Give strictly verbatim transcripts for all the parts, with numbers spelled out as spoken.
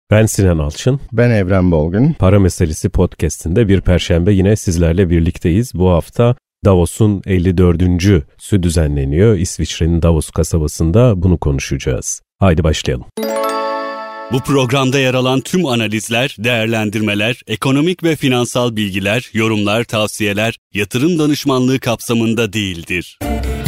Ben Sinan Alçın. Ben Evren Bolgun. Para Meselesi Podcast'inde bir perşembe yine sizlerle birlikteyiz. Bu hafta Davos'un elli dördüncüsü düzenleniyor. İsviçre'nin Davos kasabasında bunu konuşacağız. Haydi başlayalım. Bu programda yer alan tüm analizler, değerlendirmeler, ekonomik ve finansal bilgiler, yorumlar, tavsiyeler, yatırım danışmanlığı kapsamında değildir.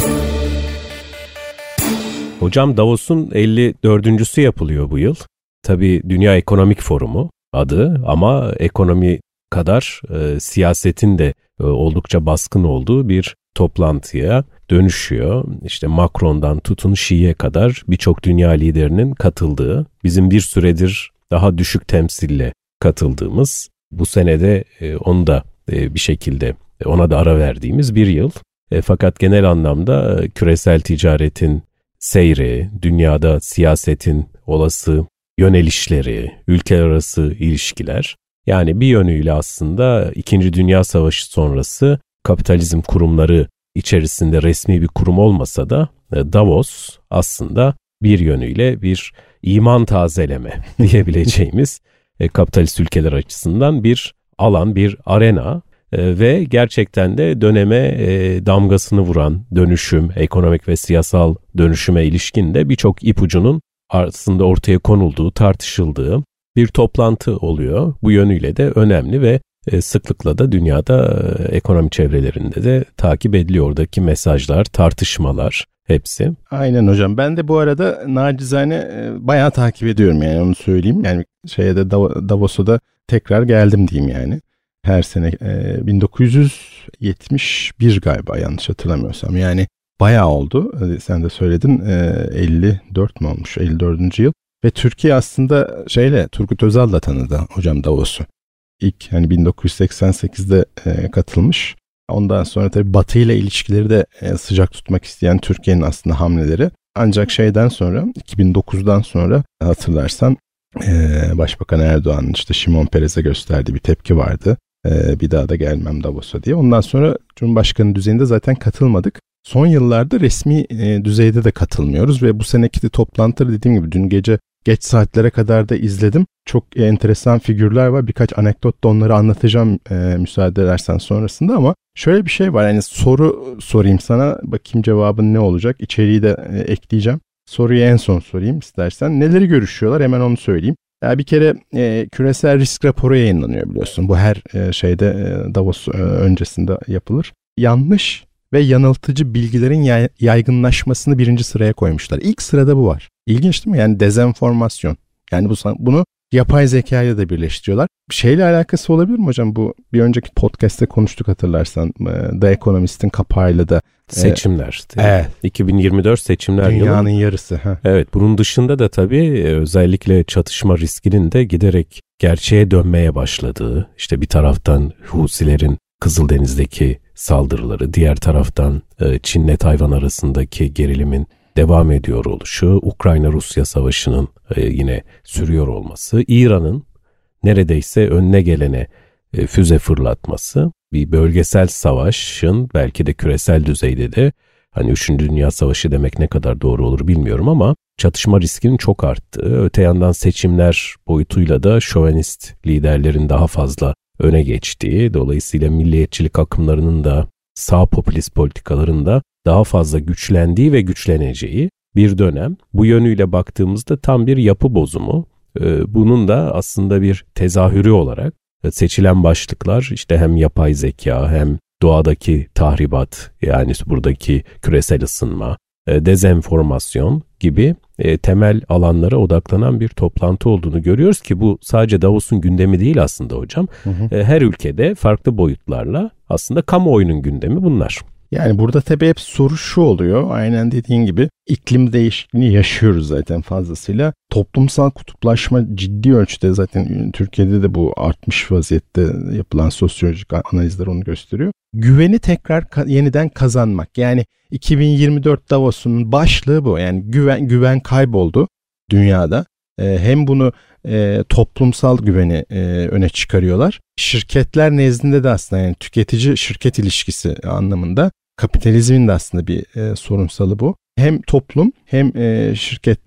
Hocam Davos'un elli dördüncüsü yapılıyor bu yıl. Tabii Dünya Ekonomik Forumu adı ama ekonomi kadar e, siyasetin de e, oldukça baskın olduğu bir toplantıya dönüşüyor. İşte Macron'dan tutun Xi'ye kadar birçok dünya liderinin katıldığı, bizim bir süredir daha düşük temsille katıldığımız, bu senede e, onu da e, bir şekilde ona da ara verdiğimiz bir yıl. E, fakat genel anlamda e, küresel ticaretin seyri, dünyada siyasetin olası yönelişleri, ülkeler arası ilişkiler, yani bir yönüyle aslında İkinci Dünya Savaşı sonrası kapitalizm kurumları içerisinde resmi bir kurum olmasa da Davos aslında bir yönüyle bir iman tazeleme diyebileceğimiz kapitalist ülkeler açısından bir alan, bir arena ve gerçekten de döneme damgasını vuran dönüşüm, ekonomik ve siyasal dönüşüme ilişkin de birçok ipucunun aslında ortaya konulduğu, tartışıldığı bir toplantı oluyor. Bu yönüyle de önemli ve sıklıkla da dünyada ekonomi çevrelerinde de takip ediliyor oradaki mesajlar, tartışmalar hepsi. Aynen hocam. Ben de bu arada nacizane bayağı takip ediyorum, yani onu söyleyeyim. Yani şeye de Davos'a da tekrar geldim diyeyim yani. Her sene bin dokuz yüz yetmiş bir galiba, yanlış hatırlamıyorsam. Yani bayağı oldu. Sen de söyledin, elli dört mü olmuş? elli dördüncü yıl. Ve Türkiye aslında şeyle, Turgut Özal da tanıdı hocam Davos'u. İlk hani bin dokuz yüz seksen sekizde katılmış. Ondan sonra tabii Batı ile ilişkileri de sıcak tutmak isteyen Türkiye'nin aslında hamleleri. Ancak şeyden sonra, iki bin dokuzdan sonra hatırlarsan Başbakan Erdoğan'ın işte Şimon Peres'e gösterdiği bir tepki vardı. Bir daha da gelmem Davos'a diye. Ondan sonra Cumhurbaşkanı düzeyinde zaten katılmadık. Son yıllarda resmi e, düzeyde de katılmıyoruz ve bu seneki de toplantıları dediğim gibi dün gece geç saatlere kadar da izledim. Çok e, enteresan figürler var. Birkaç anekdot da onları anlatacağım e, müsaade edersen sonrasında, ama şöyle bir şey var. Yani soru sorayım sana, bakayım cevabın ne olacak. İçeriği de e, ekleyeceğim. Soruyu en son sorayım istersen. Neleri görüşüyorlar, hemen onu söyleyeyim. Ya bir kere e, küresel risk raporu yayınlanıyor biliyorsun. Bu her e, şeyde e, Davos e, öncesinde yapılır. Yanlış ve yanıltıcı bilgilerin yaygınlaşmasını birinci sıraya koymuşlar. İlk sırada bu var. İlginç değil mi? Yani dezenformasyon. Yani bu, bunu yapay zekayla da birleştiriyorlar. Şeyle alakası olabilir mi hocam? Bu bir önceki podcast'te konuştuk hatırlarsan. The Economist'in kapağıyla da. Seçimler. E, evet. iki bin yirmi dört seçimler yılı. Dünyanın yarısı. Heh. Evet. Bunun dışında da tabii özellikle çatışma riskinin de giderek gerçeğe dönmeye başladığı, işte bir taraftan Husilerin Kızıldeniz'deki saldırıları, diğer taraftan Çin'le Tayvan arasındaki gerilimin devam ediyor oluşu, Ukrayna-Rusya savaşının yine sürüyor olması, İran'ın neredeyse önüne gelene füze fırlatması, bir bölgesel savaşın belki de küresel düzeyde de, hani üçüncü Dünya Savaşı demek ne kadar doğru olur bilmiyorum ama çatışma riskinin çok arttığı, öte yandan seçimler boyutuyla da şövenist liderlerin daha fazla öne geçtiği, dolayısıyla milliyetçilik akımlarının da sağ popülist politikaların da daha fazla güçlendiği ve güçleneceği bir dönem. Bu yönüyle baktığımızda tam bir yapı bozumu. Bunun da aslında bir tezahürü olarak seçilen başlıklar işte hem yapay zeka hem doğadaki tahribat, yani buradaki küresel ısınma, dezenformasyon gibi temel alanlara odaklanan bir toplantı olduğunu görüyoruz ki bu sadece Davos'un gündemi değil aslında hocam. Hı hı. Her ülkede farklı boyutlarla aslında kamuoyunun gündemi bunlar. Yani burada tabii hep soru şu oluyor. Aynen dediğin gibi iklim değişikliğini yaşıyoruz zaten fazlasıyla. Toplumsal kutuplaşma ciddi ölçüde, zaten Türkiye'de de bu artmış vaziyette, yapılan sosyolojik analizler onu gösteriyor. Güveni tekrar ka- yeniden kazanmak. Yani iki bin yirmi dört Davos'un başlığı bu. Yani güven güven kayboldu dünyada. Ee, hem bunu e, toplumsal güveni e, öne çıkarıyorlar. Şirketler nezdinde de aslında, yani tüketici şirket ilişkisi anlamında kapitalizmin de aslında bir e, sorunsalı bu. Hem toplum hem e, şirketler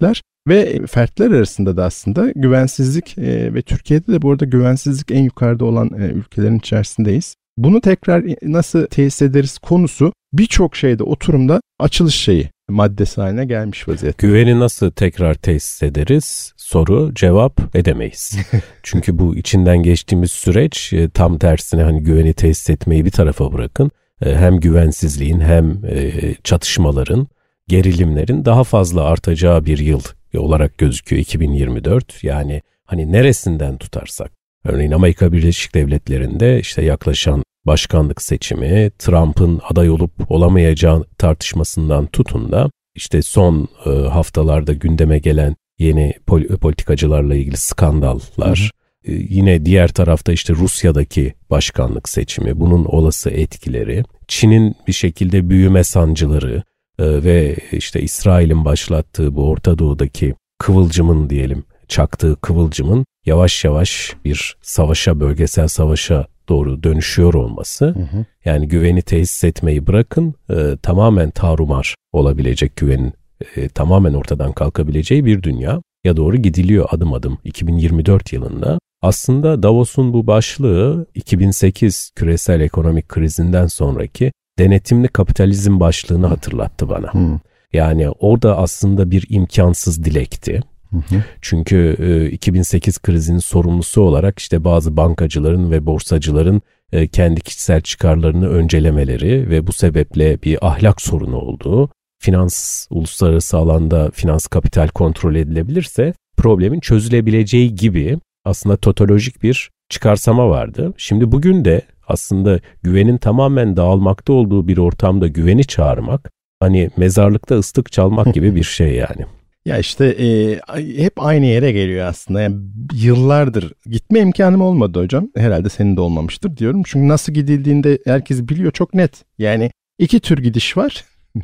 Ve fertler arasında da aslında güvensizlik e, ve Türkiye'de de bu arada güvensizlik en yukarıda olan e, ülkelerin içerisindeyiz. Bunu tekrar nasıl tesis ederiz konusu birçok şeyde oturumda açılış şeyi maddesi haline gelmiş vaziyette. Güveni nasıl tekrar tesis ederiz? Soru cevap edemeyiz. Çünkü bu içinden geçtiğimiz süreç tam tersine hani güveni tesis etmeyi bir tarafa bırakın. Hem güvensizliğin hem çatışmaların, gerilimlerin daha fazla artacağı bir yıl olarak gözüküyor iki bin yirmi dört. Yani hani neresinden tutarsak. Örneğin Amerika Birleşik Devletleri'nde işte yaklaşan başkanlık seçimi, Trump'ın aday olup olamayacağı tartışmasından tutun da işte son e, haftalarda gündeme gelen yeni pol- politikacılarla ilgili skandallar, hı hı. E, yine diğer tarafta işte Rusya'daki başkanlık seçimi, bunun olası etkileri, Çin'in bir şekilde büyüme sancıları e, ve işte İsrail'in başlattığı bu Orta Doğu'daki kıvılcımın diyelim, çaktığı kıvılcımın yavaş yavaş bir savaşa, bölgesel savaşa doğru dönüşüyor olması, hı hı. yani güveni tesis etmeyi bırakın, e, tamamen tarumar olabilecek güvenin e, tamamen ortadan kalkabileceği bir dünya ya doğru gidiliyor adım adım iki bin yirmi dört yılında. Aslında Davos'un bu başlığı iki bin sekiz küresel ekonomik krizinden sonraki denetimli kapitalizm başlığını hatırlattı bana. Hı. Yani orada aslında bir imkansız dilekti. Hı hı. Çünkü e, iki bin sekiz krizinin sorumlusu olarak işte bazı bankacıların ve borsacıların e, kendi kişisel çıkarlarını öncelemeleri ve bu sebeple bir ahlak sorunu olduğu, finans, uluslararası alanda finans kapital kontrol edilebilirse problemin çözülebileceği gibi aslında totolojik bir çıkarsama vardı. Şimdi bugün de aslında güvenin tamamen dağılmakta olduğu bir ortamda güveni çağırmak, hani mezarlıkta ıslık çalmak gibi bir şey yani. Ya işte e, hep aynı yere geliyor aslında. Yani yıllardır gitme imkanım olmadı hocam. Herhalde senin de olmamıştır diyorum. Çünkü nasıl gidildiğinde herkes biliyor, çok net. Yani iki tür gidiş var.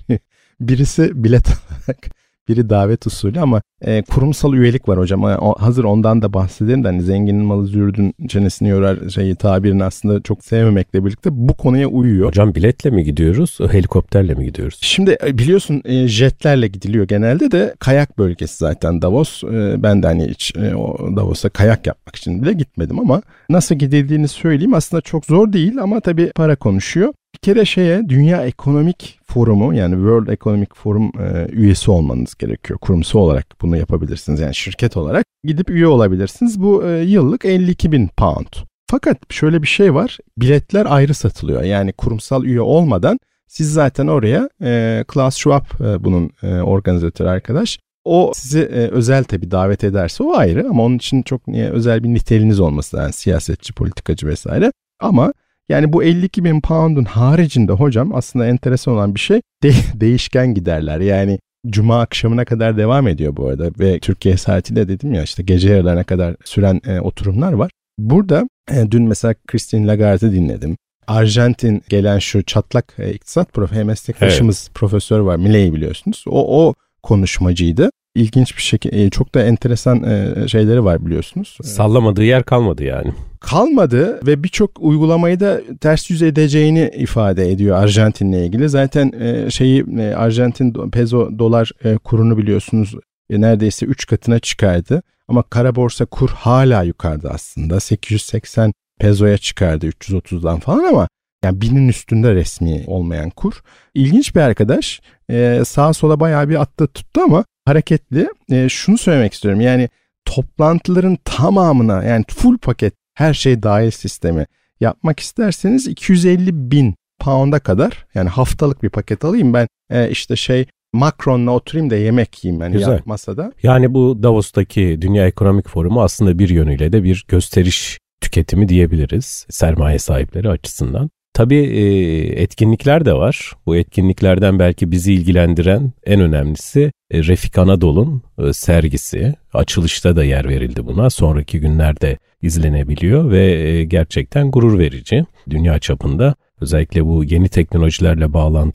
Birisi bilet alarak, biri davet usulü ama e, kurumsal üyelik var hocam. O, hazır ondan da bahsedelim de hani zenginin malı zürdün çenesini yorar şeyi tabirini aslında çok sevmemekle birlikte bu konuya uyuyor. Hocam biletle mi gidiyoruz, helikopterle mi gidiyoruz? Şimdi biliyorsun e, jetlerle gidiliyor genelde de, kayak bölgesi zaten Davos. E, ben de hani hiç e, o Davos'a kayak yapmak için bile gitmedim ama nasıl gidildiğini söyleyeyim. Aslında çok zor değil ama tabii para konuşuyor. Bir kere şeye, Dünya Ekonomik Forumu yani World Economic Forum e, üyesi olmanız gerekiyor. Kurumsal olarak bunu yapabilirsiniz. Yani şirket olarak gidip üye olabilirsiniz. Bu e, yıllık elli iki bin pound. Fakat şöyle bir şey var. Biletler ayrı satılıyor. Yani kurumsal üye olmadan siz zaten oraya e, Klaus Schwab e, bunun e, organizatörü arkadaş. O sizi e, özel tabii davet ederse o ayrı ama onun için çok niye özel bir niteliğiniz olması yani siyasetçi, politikacı vesaire. Ama yani bu elli iki bin pound'un haricinde hocam aslında enteresan olan bir şey de- değişken giderler. Yani Cuma akşamına kadar devam ediyor bu arada ve Türkiye saatiyle dedim ya işte gece yarılarına kadar süren e, oturumlar var. Burada e, dün mesela Christine Lagarde'ı dinledim. Arjantin gelen şu çatlak e, iktisat profesörü, meslektaşımız evet. Profesör var, Milei biliyorsunuz. O o konuşmacıydı. İlginç bir şekilde çok da enteresan e, şeyleri var biliyorsunuz. Sallamadığı yer kalmadı yani. Kalmadı ve birçok uygulamayı da ters yüz edeceğini ifade ediyor Arjantin'le ilgili. Zaten e, şeyi e, Arjantin peso dolar e, kurunu biliyorsunuz e, neredeyse üç katına çıkardı. Ama kara borsa kur hala yukarıda aslında. sekiz yüz seksen pezoya çıkardı üç yüz otuzdan falan ama yani binin üstünde resmi olmayan kur. İlginç bir arkadaş. E, sağa sola bayağı bir attı tuttu ama hareketli. E, şunu söylemek istiyorum. Yani toplantıların tamamına yani full paket her şey dahil sistemi yapmak isterseniz iki yüz elli bin pound'a kadar yani haftalık bir paket alayım ben e, işte şey Macron'la oturayım da yemek yiyeyim yani Güzel. masada. Yani bu Davos'taki Dünya Ekonomik Forumu aslında bir yönüyle de bir gösteriş tüketimi diyebiliriz sermaye sahipleri açısından. Tabii etkinlikler de var. Bu etkinliklerden belki bizi ilgilendiren en önemlisi Refik Anadol'un sergisi. Açılışta da yer verildi buna. Sonraki günlerde izlenebiliyor ve gerçekten gurur verici. Dünya çapında özellikle bu yeni teknolojilerle bağlantılı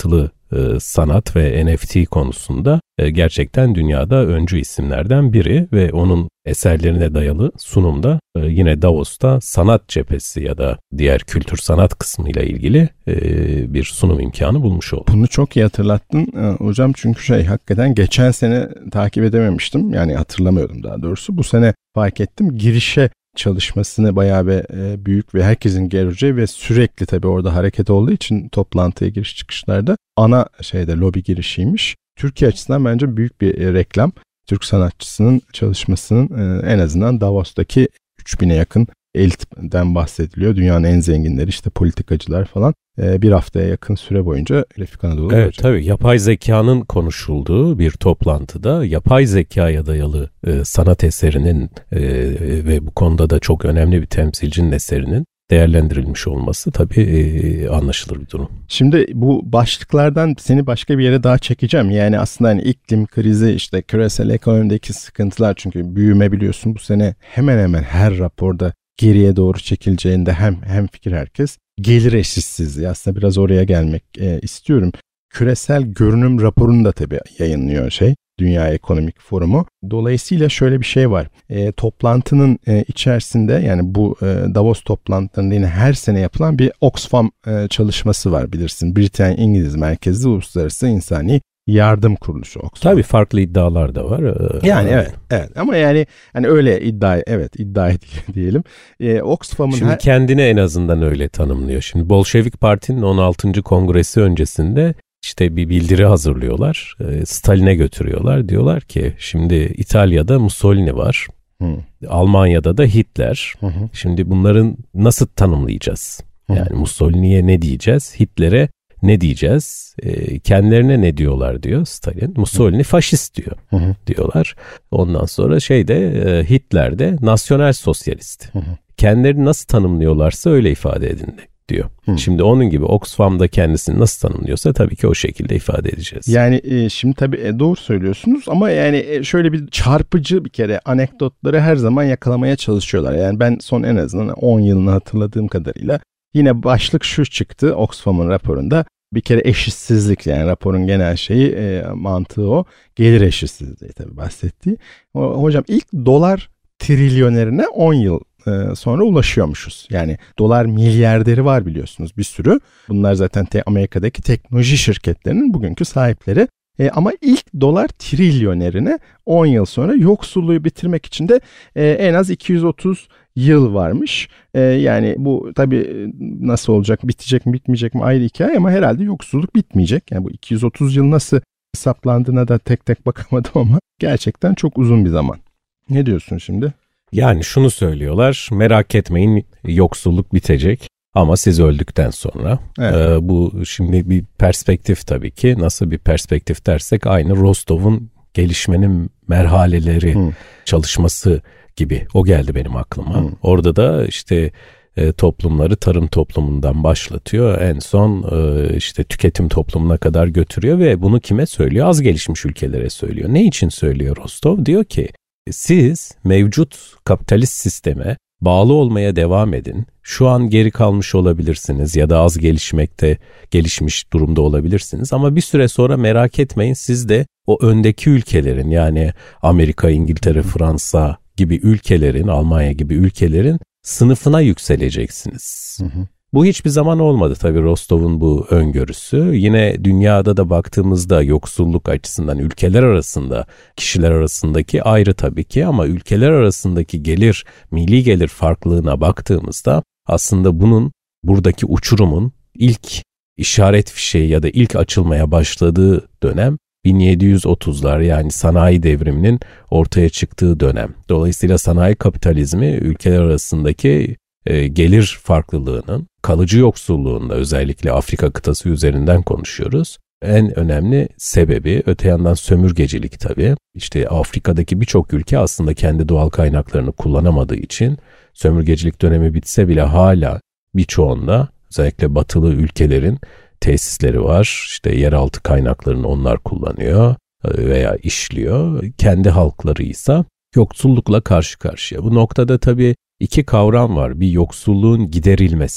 e, sanat ve N F T konusunda e, gerçekten dünyada öncü isimlerden biri ve onun eserlerine dayalı sunumda e, yine Davos'ta sanat cephesi ya da diğer kültür sanat kısmıyla ilgili e, bir sunum imkanı bulmuş oldu. Bunu çok iyi hatırlattın e, hocam, çünkü şey hakikaten geçen sene takip edememiştim, yani hatırlamıyordum daha doğrusu. Bu sene fark ettim, girişe çalışmasını bayağı bir e, büyük ve herkesin göreceği ve sürekli tabii orada hareket olduğu için toplantıya giriş çıkışlarda ana şeyde lobi girişiymiş. Türkiye açısından bence büyük bir e, reklam. Türk sanatçısının çalışmasının e, en azından Davos'taki üç bine yakın elitten bahsediliyor. Dünyanın en zenginleri, işte politikacılar falan e, bir haftaya yakın süre boyunca Refik Anadolu. Evet olacak. tabii, yapay zekanın konuşulduğu bir toplantıda yapay zekaya dayalı e, sanat eserinin e, ve bu konuda da çok önemli bir temsilcinin eserinin değerlendirilmiş olması tabii e, anlaşılır bir durum. Şimdi bu başlıklardan seni başka bir yere daha çekeceğim. Yani aslında hani iklim krizi, işte küresel ekonomideki sıkıntılar, çünkü büyüme biliyorsun bu sene hemen hemen her raporda geriye doğru çekileceğinde hem hem fikir herkes. Gelir eşitsizliği, aslında biraz oraya gelmek e, istiyorum. Küresel görünüm raporunu da tabii yayınlıyor şey Dünya Ekonomik Forumu. Dolayısıyla şöyle bir şey var. E, toplantının e, içerisinde, yani bu e, Davos toplantılarında yine her sene yapılan bir Oxfam e, çalışması var, bilirsin. Britanya İngiliz merkezli Uluslararası İnsani Yardım Kuruluşu Oxfam. Tabii farklı iddialar da var. Yani evet, evet. Ama yani hani öyle iddia, evet iddia diyelim. E, Oxfam'ın Şimdi her... kendini en azından öyle tanımlıyor. Şimdi Bolşevik Parti'nin on altıncı kongresi öncesinde işte bir bildiri hazırlıyorlar. Stalin'e götürüyorlar. Diyorlar ki şimdi İtalya'da Mussolini var. Hı. Almanya'da da Hitler. Hı hı. Şimdi bunların nasıl tanımlayacağız? Hı. Yani Mussolini'ye ne diyeceğiz? Hitler'e ne diyeceğiz? E, kendilerine ne diyorlar diyor Stalin. Mussolini hı. faşist diyor. Hı hı. Diyorlar. Ondan sonra şeyde e, Hitler de nasyonel sosyalist. Hı hı. Kendilerini nasıl tanımlıyorlarsa öyle ifade edin diyor. Hı. Şimdi onun gibi Oxfam'da kendisini nasıl tanımlıyorsa tabii ki o şekilde ifade edeceğiz. Yani e, şimdi tabii e, doğru söylüyorsunuz ama yani e, şöyle bir çarpıcı bir kere anekdotları her zaman yakalamaya çalışıyorlar. Yani ben son en azından on yılını hatırladığım kadarıyla yine başlık şu çıktı Oxfam'ın raporunda. Bir kere eşitsizlik, yani raporun genel şeyi e, mantığı o. Gelir eşitsizliği tabii bahsettiği. O, hocam ilk dolar trilyonerine on yıl sonra ulaşıyormuşuz. Yani dolar milyarderi var biliyorsunuz bir sürü. Bunlar zaten te- Amerika'daki teknoloji şirketlerinin bugünkü sahipleri. E, ama ilk dolar trilyonerine on yıl sonra, yoksulluğu bitirmek için de e, en az iki yüz otuz yıl varmış. E, yani bu tabii nasıl olacak, bitecek mi bitmeyecek mi ayrı hikaye ama herhalde yoksulluk bitmeyecek. Yani bu iki yüz otuz yıl nasıl hesaplandığına da tek tek bakamadım ama gerçekten çok uzun bir zaman. Ne diyorsun şimdi? Yani şunu söylüyorlar, merak etmeyin yoksulluk bitecek ama siz öldükten sonra. Evet. E, bu şimdi bir perspektif tabii ki. Nasıl bir perspektif dersek aynı Rostov'un gelişmenin merhaleleri Hı. çalışması gibi. O geldi benim aklıma. Hı. Orada da işte e, toplumları tarım toplumundan başlatıyor. En son e, işte tüketim toplumuna kadar götürüyor ve bunu kime söylüyor? Az gelişmiş ülkelere söylüyor. Ne için söylüyor Rostov? Diyor ki siz mevcut kapitalist sisteme bağlı olmaya devam edin. Şu an geri kalmış olabilirsiniz ya da az gelişmekte, gelişmiş durumda olabilirsiniz. Ama bir süre sonra merak etmeyin, siz de o öndeki ülkelerin, yani Amerika, İngiltere, Fransa gibi ülkelerin, Almanya gibi ülkelerin sınıfına yükseleceksiniz. Hı hı. Bu hiçbir zaman olmadı tabii Rostov'un bu öngörüsü. Yine dünyada da baktığımızda yoksulluk açısından ülkeler arasında, kişiler arasındaki ayrı tabii ki, ama ülkeler arasındaki gelir, milli gelir farklılığına baktığımızda aslında bunun, buradaki uçurumun ilk işaret fişeği ya da ilk açılmaya başladığı dönem bin yedi yüz otuzlar, yani sanayi devriminin ortaya çıktığı dönem. Dolayısıyla sanayi kapitalizmi ülkeler arasındaki e, gelir farklılığının, kalıcı yoksulluğunda, özellikle Afrika kıtası üzerinden konuşuyoruz. En önemli sebebi, öte yandan sömürgecilik tabii. İşte Afrika'daki birçok ülke aslında kendi doğal kaynaklarını kullanamadığı için sömürgecilik dönemi bitse bile hala birçoğunda, özellikle batılı ülkelerin tesisleri var. İşte yeraltı kaynaklarını onlar kullanıyor veya işliyor. Kendi halkları ise yoksullukla karşı karşıya. Bu noktada tabii iki kavram var. Bir, yoksulluğun giderilmesi.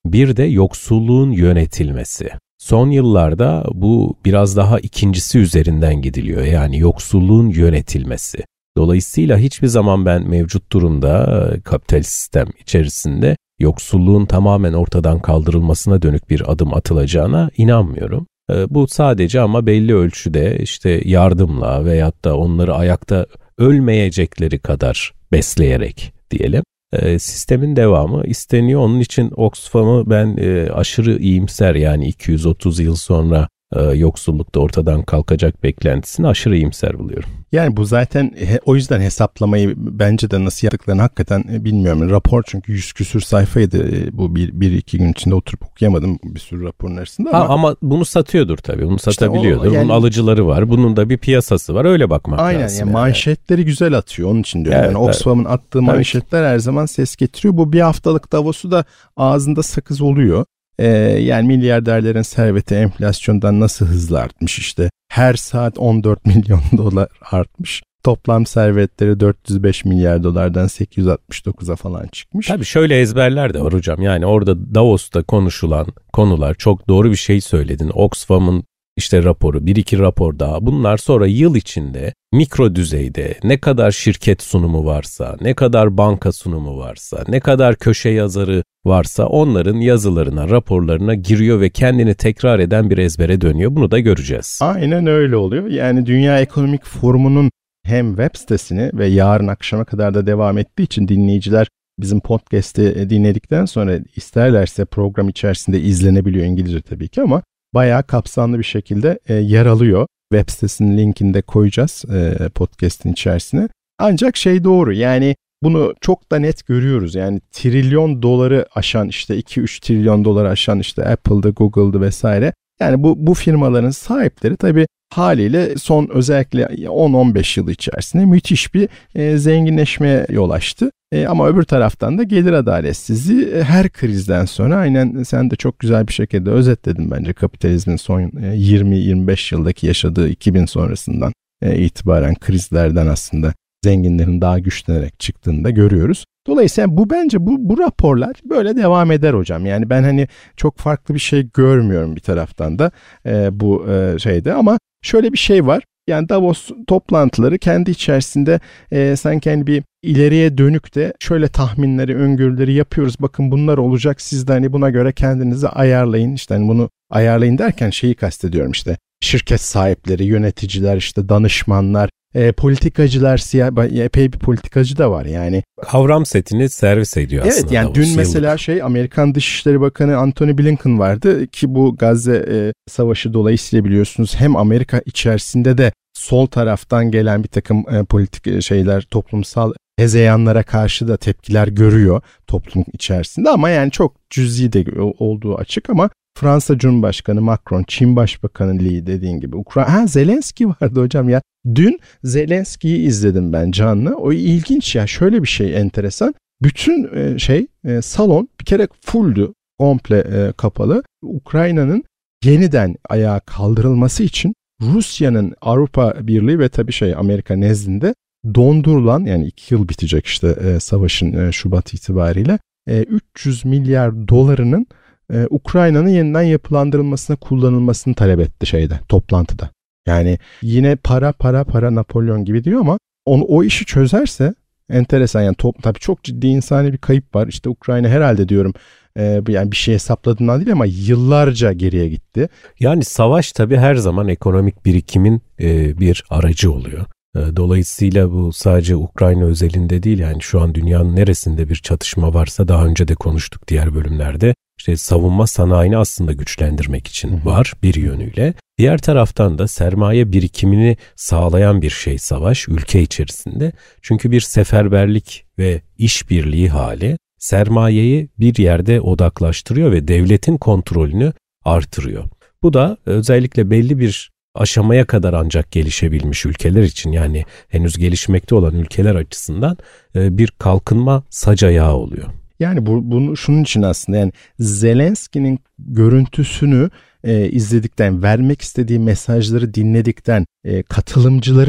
bir de yoksulluğun yönetilmesi. Son yıllarda bu biraz daha ikincisi üzerinden gidiliyor. Yani yoksulluğun yönetilmesi. Dolayısıyla hiçbir zaman ben mevcut durumda kapitalist sistem içerisinde yoksulluğun tamamen ortadan kaldırılmasına dönük bir adım atılacağına inanmıyorum. Bu sadece ama belli ölçüde işte yardımla veyahut da onları ayakta ölmeyecekleri kadar besleyerek diyelim. Sistemin devamı isteniyor. Onun için Oxfam'ı ben aşırı iyimser, yani iki yüz otuz yıl sonra yoksulluk da ortadan kalkacak beklentisini aşırı iyimser buluyorum. Yani bu zaten he, o yüzden hesaplamayı bence de nasıl yaptıklarını hakikaten bilmiyorum. Rapor çünkü yüz küsür sayfaydı. Bu bir, bir iki gün içinde oturup okuyamadım bir sürü raporun arasında. Ama, ha, ama bunu satıyordur tabii. Bunu satabiliyordur. İşte o, yani, bunun alıcıları var. Bunun da bir piyasası var. Öyle bakmak aynen, lazım. Yani yani. Manşetleri güzel atıyor. Onun için diyorum. Evet, yani Oxfam'ın evet. attığı manşetler her zaman ses getiriyor. Bu bir haftalık Davos'u da ağzında sakız oluyor. Ee, yani milyarderlerin serveti enflasyondan nasıl hızlı artmış, işte her saat on dört milyon dolar artmış. Toplam servetleri dört yüz beş milyar dolardan sekiz yüz altmış dokuza falan çıkmış. Tabii şöyle ezberler de var hocam. Yani orada Davos'ta konuşulan konular, çok doğru bir şey söyledin. Oxfam'ın işte raporu, bir iki rapor daha. Bunlar sonra yıl içinde mikro düzeyde ne kadar şirket sunumu varsa, ne kadar banka sunumu varsa, ne kadar köşe yazarı varsa onların yazılarına, raporlarına giriyor ve kendini tekrar eden bir ezbere dönüyor. Bunu da göreceğiz. Aynen öyle oluyor. Yani Dünya Ekonomik Forumu'nun hem web sitesini ve yarın akşama kadar da devam ettiği için dinleyiciler bizim podcast'i dinledikten sonra isterlerse program içerisinde izlenebiliyor, İngilizce tabii ki, ama bayağı kapsamlı bir şekilde e, yer alıyor. Web sitesinin linkini de koyacağız e, podcast'in içerisine. Ancak şey doğru, yani bunu çok da net görüyoruz. Yani trilyon doları aşan, işte iki üç trilyon doları aşan işte Apple'da, Google'da vesaire. Yani bu bu firmaların sahipleri tabii haliyle son özellikle on on beş yıl içerisinde müthiş bir e, zenginleşmeye yol açtı. E, ama öbür taraftan da gelir adaletsizliği e, her krizden sonra, aynen sen de çok güzel bir şekilde özetledin bence, kapitalizmin son e, yirmi yirmi beş yıldaki yaşadığı iki bin sonrasından e, itibaren krizlerden aslında zenginlerin daha güçlenerek çıktığını da görüyoruz. Dolayısıyla bu bence bu bu raporlar böyle devam eder hocam. Yani ben hani çok farklı bir şey görmüyorum bir taraftan da e, bu e, şeyde, ama şöyle bir şey var. Yani Davos toplantıları kendi içerisinde e, sanki hani bir ileriye dönük de şöyle tahminleri, öngörüleri yapıyoruz. Bakın bunlar olacak. Siz de hani buna göre kendinizi ayarlayın. İşte hani bunu ayarlayın derken şeyi kastediyorum, işte şirket sahipleri, yöneticiler, işte danışmanlar, E, politikacılar, siyah, epey bir politikacı da var yani. Kavram setini servis ediyor aslında. Evet, yani Davos dün yıllık. mesela şey Amerikan Dışişleri Bakanı Antony Blinken vardı ki bu Gazze e, savaşı dolayısıyla biliyorsunuz hem Amerika içerisinde de sol taraftan gelen bir takım e, politik şeyler, toplumsal hezeyanlara karşı da tepkiler görüyor toplum içerisinde, ama yani çok cüzi de olduğu açık. Ama Fransa Cumhurbaşkanı Macron, Çin Başbakanı Li, dediğin gibi Ukrayna, ha Zelenski vardı hocam ya. Dün Zelenski'yi izledim ben canlı. O ilginç ya, şöyle bir şey enteresan. Bütün e, şey e, salon bir kere fulldü, komple e, kapalı. Ukrayna'nın yeniden ayağa kaldırılması için Rusya'nın Avrupa Birliği ve tabii şey Amerika nezdinde dondurulan, yani iki yıl bitecek işte e, savaşın e, Şubat itibariyle e, üç yüz milyar dolarının e, Ukrayna'nın yeniden yapılandırılmasına kullanılmasını talep etti şeyde, toplantıda. Yani yine para para para Napolyon gibi diyor, ama onu, o işi çözerse enteresan. Yani top, tabii çok ciddi insani bir kayıp var. İşte Ukrayna herhalde diyorum e, yani bir şey hesapladığından değil ama yıllarca geriye gitti. Yani savaş tabii her zaman ekonomik birikimin e, bir aracı oluyor. E, dolayısıyla bu sadece Ukrayna özelinde değil, yani şu an dünyanın neresinde bir çatışma varsa, daha önce de konuştuk diğer bölümlerde, işte savunma sanayini aslında güçlendirmek için var bir yönüyle. Diğer taraftan da sermaye birikimini sağlayan bir şey savaş ülke içerisinde. Çünkü bir seferberlik ve işbirliği hali sermayeyi bir yerde odaklaştırıyor ve devletin kontrolünü artırıyor. Bu da özellikle belli bir aşamaya kadar ancak gelişebilmiş ülkeler için, yani henüz gelişmekte olan ülkeler açısından bir kalkınma sac ayağı oluyor. Yani bu, bunu şunun için aslında, yani Zelenski'nin görüntüsünü e, izledikten, vermek istediği mesajları dinledikten, e, katılımcıların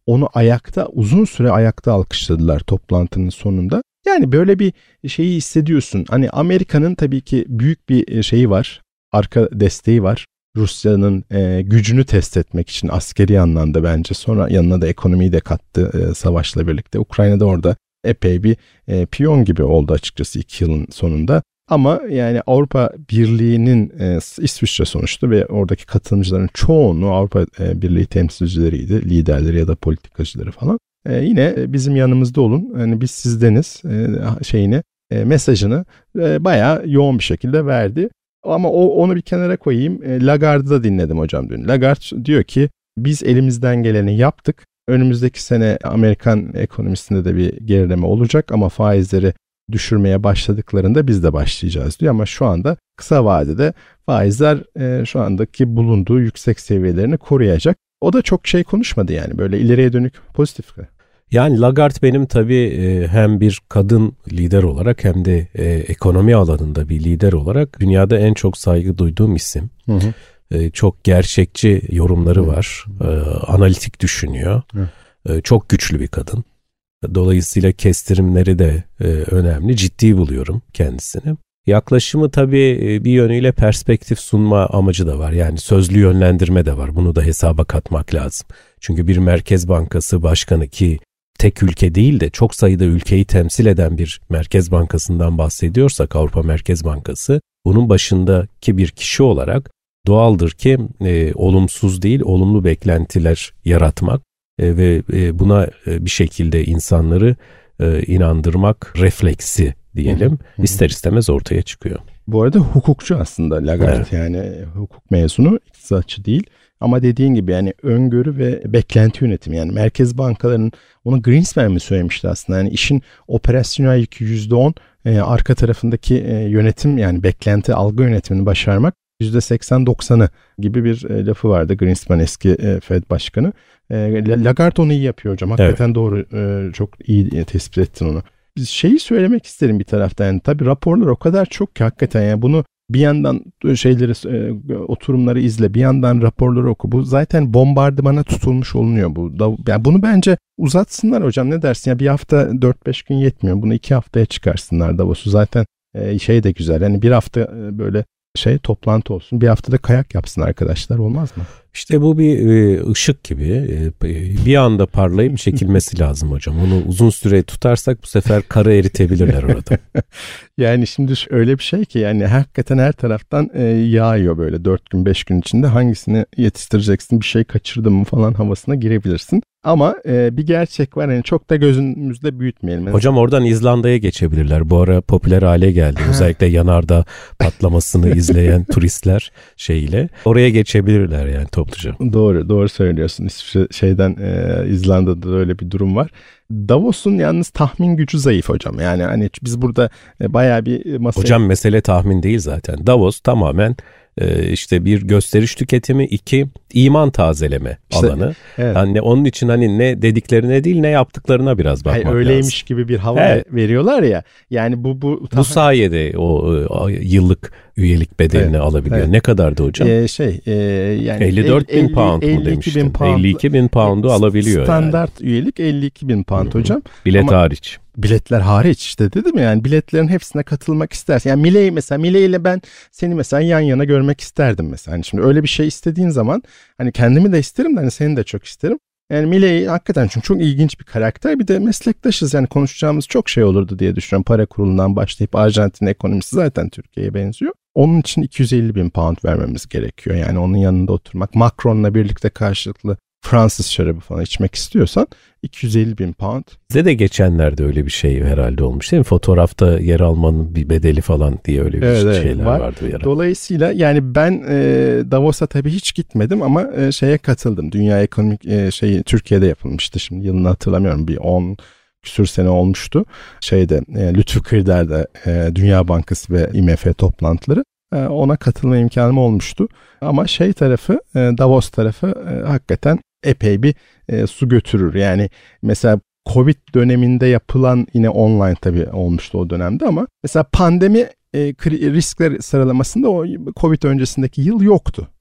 onu ayakta, uzun süre ayakta alkışladılar toplantının sonunda. Yani böyle bir şeyi hissediyorsun. Hani Amerika'nın tabii ki büyük bir şeyi var. Arka desteği var. Rusya'nın e, gücünü test etmek için askeri anlamda bence. Sonra yanına da ekonomiyi de kattı e, savaşla birlikte. Ukrayna'da orada epey bir e, piyon gibi oldu açıkçası iki yılın sonunda. Ama yani Avrupa Birliği'nin e, İsviçre sonuçta ve oradaki katılımcıların çoğunluğu Avrupa e, Birliği temsilcileriydi. Liderleri ya da politikacıları falan. E, yine bizim yanımızda olun. Yani biz sizdeniz e, şeyini e, mesajını e, bayağı yoğun bir şekilde verdi. Ama o onu bir kenara koyayım. E, Lagarde'ı da dinledim hocam dün. Lagarde diyor ki biz elimizden geleni yaptık. Önümüzdeki sene Amerikan ekonomisinde de bir gerileme olacak ama faizleri düşürmeye başladıklarında biz de başlayacağız diyor. Ama şu anda kısa vadede faizler e, şu andaki bulunduğu yüksek seviyelerini koruyacak. O da çok şey konuşmadı yani böyle ileriye dönük pozitif. Yani Lagarde benim tabii hem bir kadın lider olarak hem de ekonomi alanında bir lider olarak dünyada en çok saygı duyduğum isim. Hı hı. Çok gerçekçi yorumları var. Analitik düşünüyor. Hı. Çok güçlü bir kadın. Dolayısıyla kestirimleri de önemli. Ciddi buluyorum kendisini. Yaklaşımı tabii bir yönüyle perspektif sunma amacı da var. Yani sözlü yönlendirme de var. Bunu da hesaba katmak lazım. Çünkü bir Merkez Bankası başkanı ki tek ülke değil de çok sayıda ülkeyi temsil eden bir Merkez Bankası'ndan bahsediyorsak Avrupa Merkez Bankası, bunun başındaki bir kişi olarak doğaldır ki e, olumsuz değil olumlu beklentiler yaratmak e, ve e, buna e, bir şekilde insanları e, inandırmak refleksi diyelim, hı hı. ister istemez ortaya çıkıyor. Bu arada hukukçu aslında Lagarde, evet. Yani hukuk mezunu, iktisatçı değil. Ama dediğin gibi yani öngörü ve beklenti yönetimi, yani merkez bankalarının, onu Greenspan mi söylemişti aslında, yani işin operasyonel yükü yüzde on, e, arka tarafındaki e, yönetim, yani beklenti algı yönetimini başarmak yüzde seksen doksanı gibi bir e, lafı vardı Greenspan, eski e, Fed başkanı. E, Lagarde onu iyi yapıyor hocam, hakikaten evet. Doğru, e, çok iyi e, tespit ettin onu. Biz şeyi söylemek isterim bir taraftan, yani tabii raporlar o kadar çok ki hakikaten, yani bunu bir yandan şeyleri, oturumları izle, bir yandan raporları oku. Bu zaten bombardımana tutulmuş olunuyor bu. Yani bunu bence uzatsınlar hocam, ne dersin? Ya bir hafta dört beş gün yetmiyor. Bunu iki haftaya çıkarsınlar Davos'u. Zaten şey de güzel. Yani bir hafta böyle şey toplantı olsun. Bir haftada kayak yapsın arkadaşlar, olmaz mı? İşte bu bir ışık gibi bir anda parlayıp çekilmesi lazım hocam. Onu uzun süre tutarsak bu sefer karı eritebilirler orada. Yani şimdi öyle bir şey ki yani hakikaten her taraftan yağıyor böyle dört gün beş gün içinde, hangisini yetiştireceksin, bir şey kaçırdın mı falan havasına girebilirsin. Ama e, bir gerçek var, yani çok da gözümüzde büyütmeyelim. Hocam oradan İzlanda'ya geçebilirler. Bu ara popüler hale geldi. Özellikle yanardağ patlamasını izleyen turistler şeyle. Oraya geçebilirler yani topluca. Doğru, doğru söylüyorsun. İşte şeyden e, İzlanda'da da öyle bir durum var. Davos'un yalnız tahmin gücü zayıf hocam. Yani hani biz burada e, bayağı bir masaya... Hocam mesele tahmin değil zaten. Davos tamamen işte bir gösteriş tüketimi, iki iman tazeleme işte, alanı. Evet. Yani onun için hani ne dediklerine değil ne yaptıklarına biraz bakmak Hayır, öyleymiş lazım. Gibi bir hava evet. veriyorlar ya. Yani bu bu bu sayede o, o yıllık üyelik bedelini evet. alabiliyor. Evet. Ne kadardı hocam? Ee, şey e, yani elli dört bin pound mu demiştim. elli iki bin poundu e, alabiliyor. Standart yani. Üyelik elli iki bin pound Hı-hı. hocam. Bilet Ama, hariç. Biletler hariç işte dedim ya, yani biletlerin hepsine katılmak istersin. Yani Milei mesela, Milei ile ben seni mesela yan yana görmek isterdim mesela. Hani şimdi öyle bir şey istediğin zaman hani kendimi de isterim de hani seni de çok isterim. Yani Milei hakikaten çünkü çok ilginç bir karakter. Bir de meslektaşız, yani konuşacağımız çok şey olurdu diye düşünüyorum. Para kurulundan başlayıp Arjantin ekonomisi zaten Türkiye'ye benziyor. Onun için iki yüz elli bin pound vermemiz gerekiyor. Yani onun yanında oturmak, Macron'la birlikte karşılıklı Fransız şarabı falan içmek istiyorsan iki yüz elli bin pound. Size de geçenlerde öyle bir şey herhalde olmuş değil mi? Fotoğrafta yer almanın bir bedeli falan diye öyle bir evet, şeyler evet, var. vardı. Bir ara. Dolayısıyla yani ben e, Davos'a tabii hiç gitmedim ama e, şeye katıldım. Dünya Ekonomik e, şeyi Türkiye'de yapılmıştı. Şimdi yılını hatırlamıyorum. Bir on küsür sene olmuştu. Şeyde e, Lütfü Kırdar'da e, Dünya Bankası ve I M F toplantıları. E, ona katılma imkanım olmuştu. Ama şey tarafı, e, Davos tarafı e, hakikaten epey bir e, su götürür. Yani mesela Covid döneminde yapılan, yine online tabii olmuştu o dönemde, ama mesela pandemi e, riskler sıralamasında o Covid öncesindeki yıl yoktu.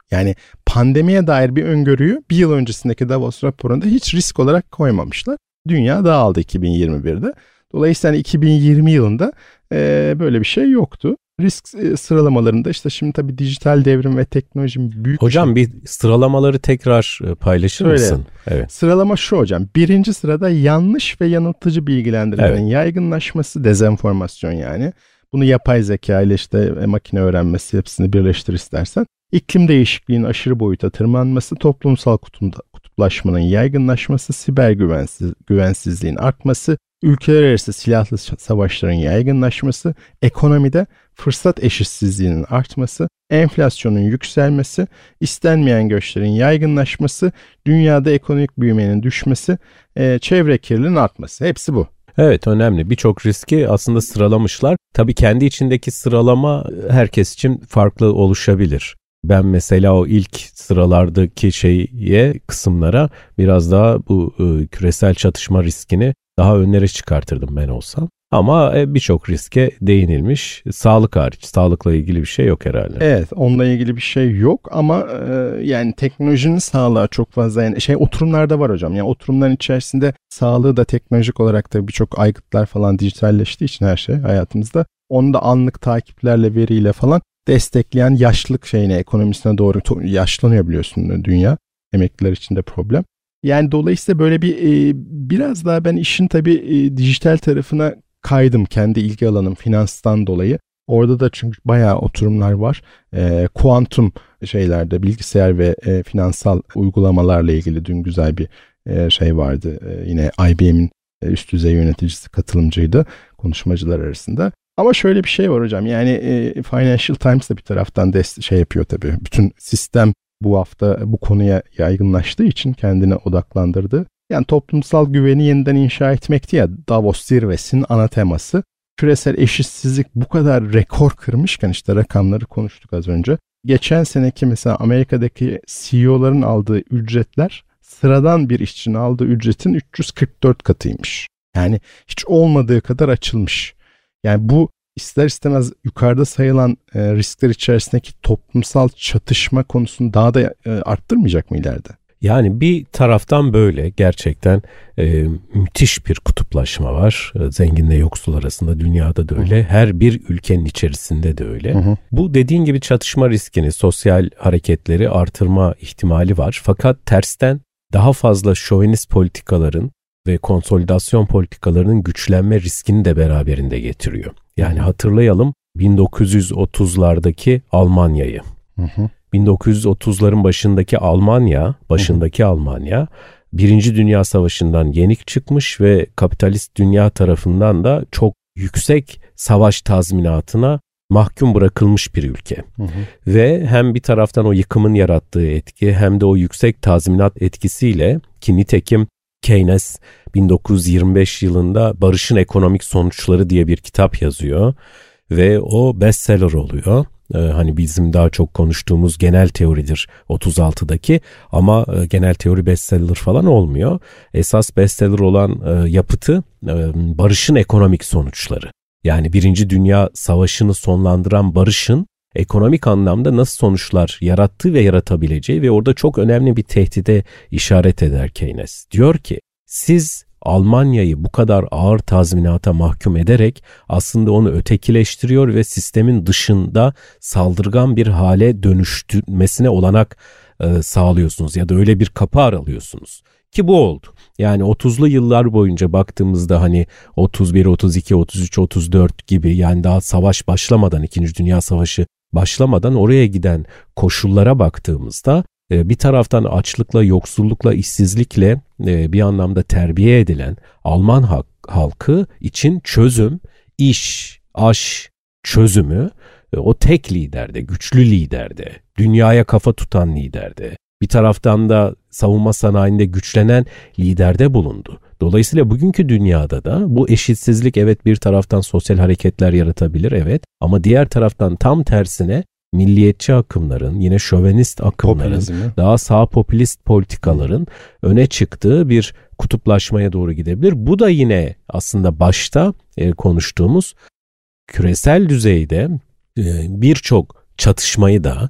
Yani pandemiye dair bir öngörüyü bir yıl öncesindeki Davos raporunda hiç risk olarak koymamışlar. Dünya dağıldı iki bin yirmi birde. Dolayısıyla iki bin yirmi yılında e, böyle bir şey yoktu. Risk e, sıralamalarında işte şimdi tabii dijital devrim ve teknolojinin büyük... Hocam bir sıralamaları tekrar paylaşır Öyle. mısın? Evet. Sıralama şu hocam. Birinci sırada yanlış ve yanıltıcı bilgilendirmelerin evet. yaygınlaşması, dezenformasyon yani. Bunu yapay zeka ile işte makine öğrenmesi hepsini birleştir istersen. İklim değişikliğinin aşırı boyuta tırmanması, toplumsal kutuplaşmanın yaygınlaşması, siber güvensiz, güvensizliğin artması, ülkeler arası silahlı savaşların yaygınlaşması, ekonomide fırsat eşitsizliğinin artması, enflasyonun yükselmesi, istenmeyen göçlerin yaygınlaşması, dünyada ekonomik büyümenin düşmesi, e, çevre kirliliğinin artması. Hepsi bu. Evet, önemli. Birçok riski aslında sıralamışlar. Tabii kendi içindeki sıralama herkes için farklı oluşabilir. Ben mesela o ilk sıralardaki şeye, kısımlara biraz daha bu e, küresel çatışma riskini daha önlere çıkartırdım ben olsam. Ama e, birçok riske değinilmiş. Sağlık hariç. Sağlıkla ilgili bir şey yok herhalde. Evet, onunla ilgili bir şey yok ama e, yani teknolojinin sağlığa çok fazla yani şey oturumlarda var hocam. Yani oturumların içerisinde sağlığı da teknolojik olarak da birçok aygıtlar falan dijitalleştiği için her şey hayatımızda. Onu da anlık takiplerle, veriyle falan destekleyen yaşlılık şeyine, ekonomisine doğru yaşlanıyor biliyorsun dünya. Emekliler için de problem. Yani dolayısıyla böyle bir e, biraz daha ben işin tabii e, dijital tarafına kaydım kendi ilgi alanım finanstan dolayı. Orada da çünkü bayağı oturumlar var. E, kuantum şeylerde bilgisayar ve e, finansal uygulamalarla ilgili dün güzel bir e, şey vardı. E, yine I B M'in e, üst düzey yöneticisi katılımcıydı konuşmacılar arasında. Ama şöyle bir şey var hocam yani e, Financial Times da bir taraftan dest- şey yapıyor tabii. Bütün sistem bu hafta bu konuya yaygınlaştığı için kendine odaklandırdı. Yani toplumsal güveni yeniden inşa etmekti ya Davos zirvesinin ana teması. Küresel eşitsizlik bu kadar rekor kırmışken işte rakamları konuştuk az önce. Geçen seneki mesela Amerika'daki C E O'ların aldığı ücretler sıradan bir işçinin aldığı ücretin üç yüz kırk dört katıymış. Yani hiç olmadığı kadar açılmış. Yani bu ister istemez yukarıda sayılan e, riskler içerisindeki toplumsal çatışma konusunu daha da e, arttırmayacak mı ileride? Yani bir taraftan böyle gerçekten e, müthiş bir kutuplaşma var. E, zenginle yoksul arasında dünyada da öyle. Hı hı. Her bir ülkenin içerisinde de öyle. Hı hı. Bu dediğin gibi çatışma riskini, sosyal hareketleri artırma ihtimali var. Fakat tersten daha fazla şovenist politikaların ve konsolidasyon politikalarının güçlenme riskini de beraberinde getiriyor. Yani hatırlayalım bin dokuz yüz otuzlardaki Almanya'yı. Hı hı. bin dokuz yüz otuzların başındaki Almanya, başındaki hı hı. Almanya Birinci Dünya Savaşı'ndan yenik çıkmış ve kapitalist dünya tarafından da çok yüksek savaş tazminatına mahkum bırakılmış bir ülke. Hı hı. Ve hem bir taraftan o yıkımın yarattığı etki hem de o yüksek tazminat etkisiyle ki nitekim Keynes bin dokuz yüz yirmi beş yılında Barış'ın Ekonomik Sonuçları diye bir kitap yazıyor ve o bestseller oluyor. Ee, hani bizim daha çok konuştuğumuz genel teoridir otuz altıdaki ama e, genel teori bestseller falan olmuyor. Esas bestseller olan e, yapıtı e, Barış'ın Ekonomik Sonuçları. Yani Birinci Dünya Savaşı'nı sonlandıran barışın ekonomik anlamda nasıl sonuçlar yarattığı ve yaratabileceği ve orada çok önemli bir tehdide işaret eder Keynes. Diyor ki siz Almanya'yı bu kadar ağır tazminata mahkum ederek aslında onu ötekileştiriyor ve sistemin dışında saldırgan bir hale dönüştürmesine olanak e, sağlıyorsunuz ya da öyle bir kapı aralıyorsunuz. Ki bu oldu. Yani otuzlu yıllar boyunca baktığımızda hani otuz bir, otuz iki, otuz üç, otuz dört gibi yani daha savaş başlamadan, İkinci Dünya Savaşı başlamadan oraya giden koşullara baktığımızda bir taraftan açlıkla, yoksullukla, işsizlikle bir anlamda terbiye edilen Alman halkı için çözüm, iş, aş çözümü o tek liderde, güçlü liderde, dünyaya kafa tutan liderde, bir taraftan da savunma sanayinde güçlenen liderde bulundu. Dolayısıyla bugünkü dünyada da bu eşitsizlik evet bir taraftan sosyal hareketler yaratabilir evet ama diğer taraftan tam tersine milliyetçi akımların, yine şövenist akımların, popülizmi, daha sağ popülist politikaların öne çıktığı bir kutuplaşmaya doğru gidebilir. Bu da yine aslında başta e, konuştuğumuz küresel düzeyde e, birçok çatışmayı da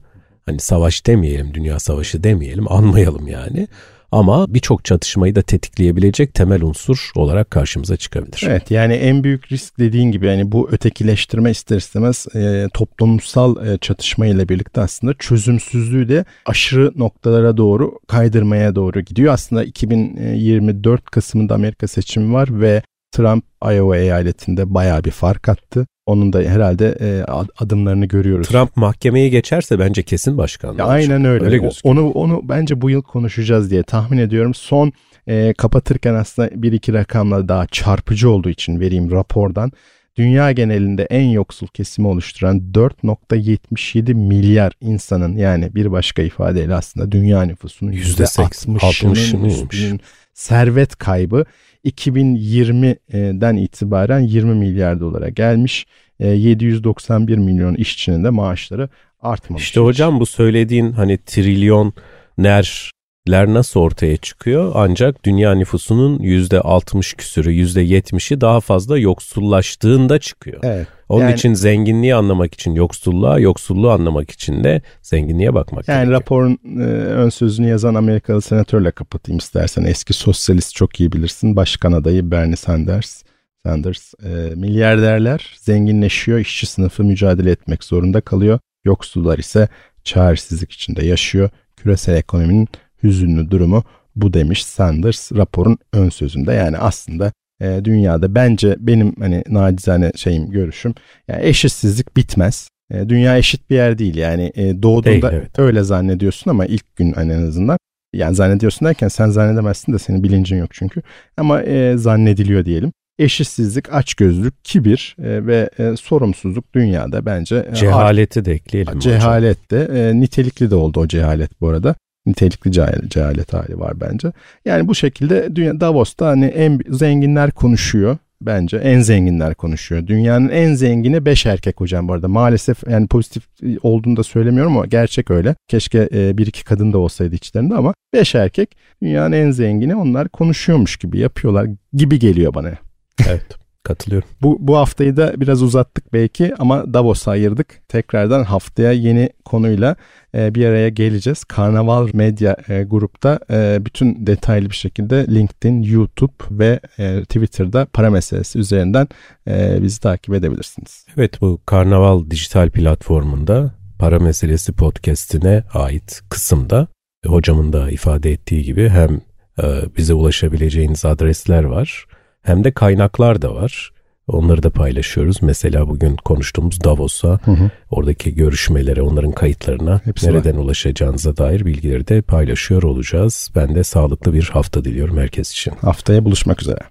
hani savaş demeyelim, dünya savaşı demeyelim, anmayalım yani. Ama birçok çatışmayı da tetikleyebilecek temel unsur olarak karşımıza çıkabilir. Evet, yani en büyük risk dediğin gibi yani bu ötekileştirme ister istemez e, toplumsal e, çatışma ile birlikte aslında çözümsüzlüğü de aşırı noktalara doğru kaydırmaya doğru gidiyor. Aslında iki bin yirmi dört Kasım'ında Amerika seçimi var ve Trump Iowa eyaletinde bayağı bir fark attı. Onun da herhalde e, adımlarını görüyoruz. Trump mahkemeyi geçerse bence kesin başkanlığı olacak. Aynen öyle. öyle onu onu bence bu yıl konuşacağız diye tahmin ediyorum. Son e, kapatırken aslında bir iki rakamla daha çarpıcı olduğu için vereyim rapordan. Dünya genelinde en yoksul kesimi oluşturan dört virgül yetmiş yedi milyar insanın, yani bir başka ifadeyle aslında dünya nüfusunun yüzde altmışının üstünün servet kaybı iki bin yirmiden itibaren yirmi milyar dolara gelmiş. yedi yüz doksan bir milyon işçinin de maaşları artmamış. İşte hocam bu söylediğin hani trilyonlerler nasıl ortaya çıkıyor? Ancak dünya nüfusunun yüzde altmış küsürü, yüzde yetmişi daha fazla yoksullaştığında çıkıyor. Evet. Onun yani, için zenginliği anlamak için yoksulluğa, yoksulluğu anlamak için de zenginliğe bakmak yani gerekiyor. Raporun e, ön sözünü yazan Amerikalı senatörle kapatayım istersen. Eski sosyalist, çok iyi bilirsin. Başkan adayı Bernie Sanders. Sanders e, milyarderler zenginleşiyor, işçi sınıfı mücadele etmek zorunda kalıyor. Yoksullar ise çaresizlik içinde yaşıyor. Küresel ekonominin hüzünlü durumu bu demiş Sanders raporun ön sözünde. Yani aslında e, dünyada bence benim hani nacizane şeyim, görüşüm, yani eşitsizlik bitmez. E, dünya eşit bir yer değil yani e, doğduğunda değil, evet. Öyle zannediyorsun ama ilk gün hani en azından. Yani zannediyorsun derken sen zannedemezsin de senin bilincin yok çünkü. Ama e, zannediliyor diyelim. Eşitsizlik, açgözlülük, kibir e, ve e, sorumsuzluk dünyada bence... E, cehaleti de ekleyelim. Cehalet de e, nitelikli de oldu o cehalet bu arada. Nitelikli cehalet, cehalet hali var bence. Yani bu şekilde dünya, Davos'ta hani en zenginler konuşuyor. Bence en zenginler konuşuyor. Dünyanın en zengini beş erkek hocam bu arada. Maalesef yani pozitif olduğunu da söylemiyorum ama gerçek öyle. Keşke e, bir iki kadın da olsaydı içlerinde ama beş erkek dünyanın en zengini, onlar konuşuyormuş gibi yapıyorlar gibi geliyor bana. Evet, katılıyorum. Bu bu haftayı da biraz uzattık belki ama Davos'a ayırdık. Tekrardan haftaya yeni konuyla e, bir araya geleceğiz. Karnaval Medya e, grupta e, bütün detaylı bir şekilde LinkedIn, YouTube ve e, Twitter'da para meselesi üzerinden e, bizi takip edebilirsiniz. Evet, bu Karnaval dijital platformunda para meselesi podcast'ine ait kısımda e, hocamın da ifade ettiği gibi hem e, bize ulaşabileceğiniz adresler var, hem de kaynaklar da var. Onları da paylaşıyoruz. Mesela bugün konuştuğumuz Davos'a, hı hı. oradaki görüşmelere, onların kayıtlarına, hepsi nereden var. Ulaşacağınıza dair bilgileri de paylaşıyor olacağız. Ben de sağlıklı bir hafta diliyorum herkes için. Haftaya buluşmak üzere.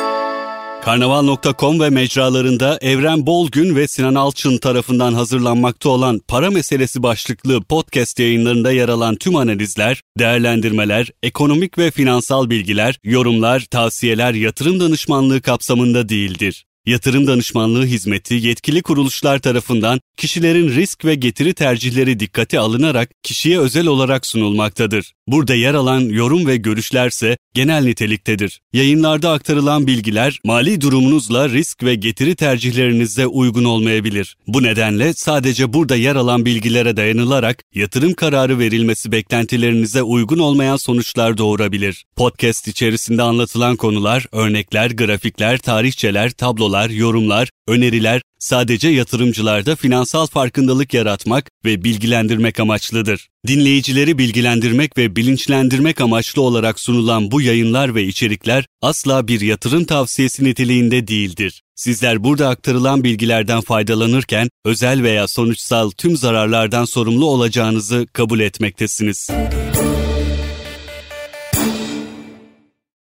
Karnaval nokta com ve mecralarında Evren Bolgün ve Sinan Alçın tarafından hazırlanmakta olan Para Meselesi başlıklı podcast yayınlarında yer alan tüm analizler, değerlendirmeler, ekonomik ve finansal bilgiler, yorumlar, tavsiyeler, yatırım danışmanlığı kapsamında değildir. Yatırım danışmanlığı hizmeti yetkili kuruluşlar tarafından kişilerin risk ve getiri tercihleri dikkate alınarak kişiye özel olarak sunulmaktadır. Burada yer alan yorum ve görüşlerse genel niteliktedir. Yayınlarda aktarılan bilgiler mali durumunuzla risk ve getiri tercihlerinize uygun olmayabilir. Bu nedenle sadece burada yer alan bilgilere dayanılarak yatırım kararı verilmesi beklentilerinize uygun olmayan sonuçlar doğurabilir. Podcast içerisinde anlatılan konular, örnekler, grafikler, tarihçeler, tablolar, yorumlar, öneriler sadece yatırımcılarda finansal farkındalık yaratmak ve bilgilendirmek amaçlıdır. Dinleyicileri bilgilendirmek ve bilinçlendirmek amaçlı olarak sunulan bu yayınlar ve içerikler asla bir yatırım tavsiyesi niteliğinde değildir. Sizler burada aktarılan bilgilerden faydalanırken özel veya sonuçsal tüm zararlardan sorumlu olacağınızı kabul etmektesiniz.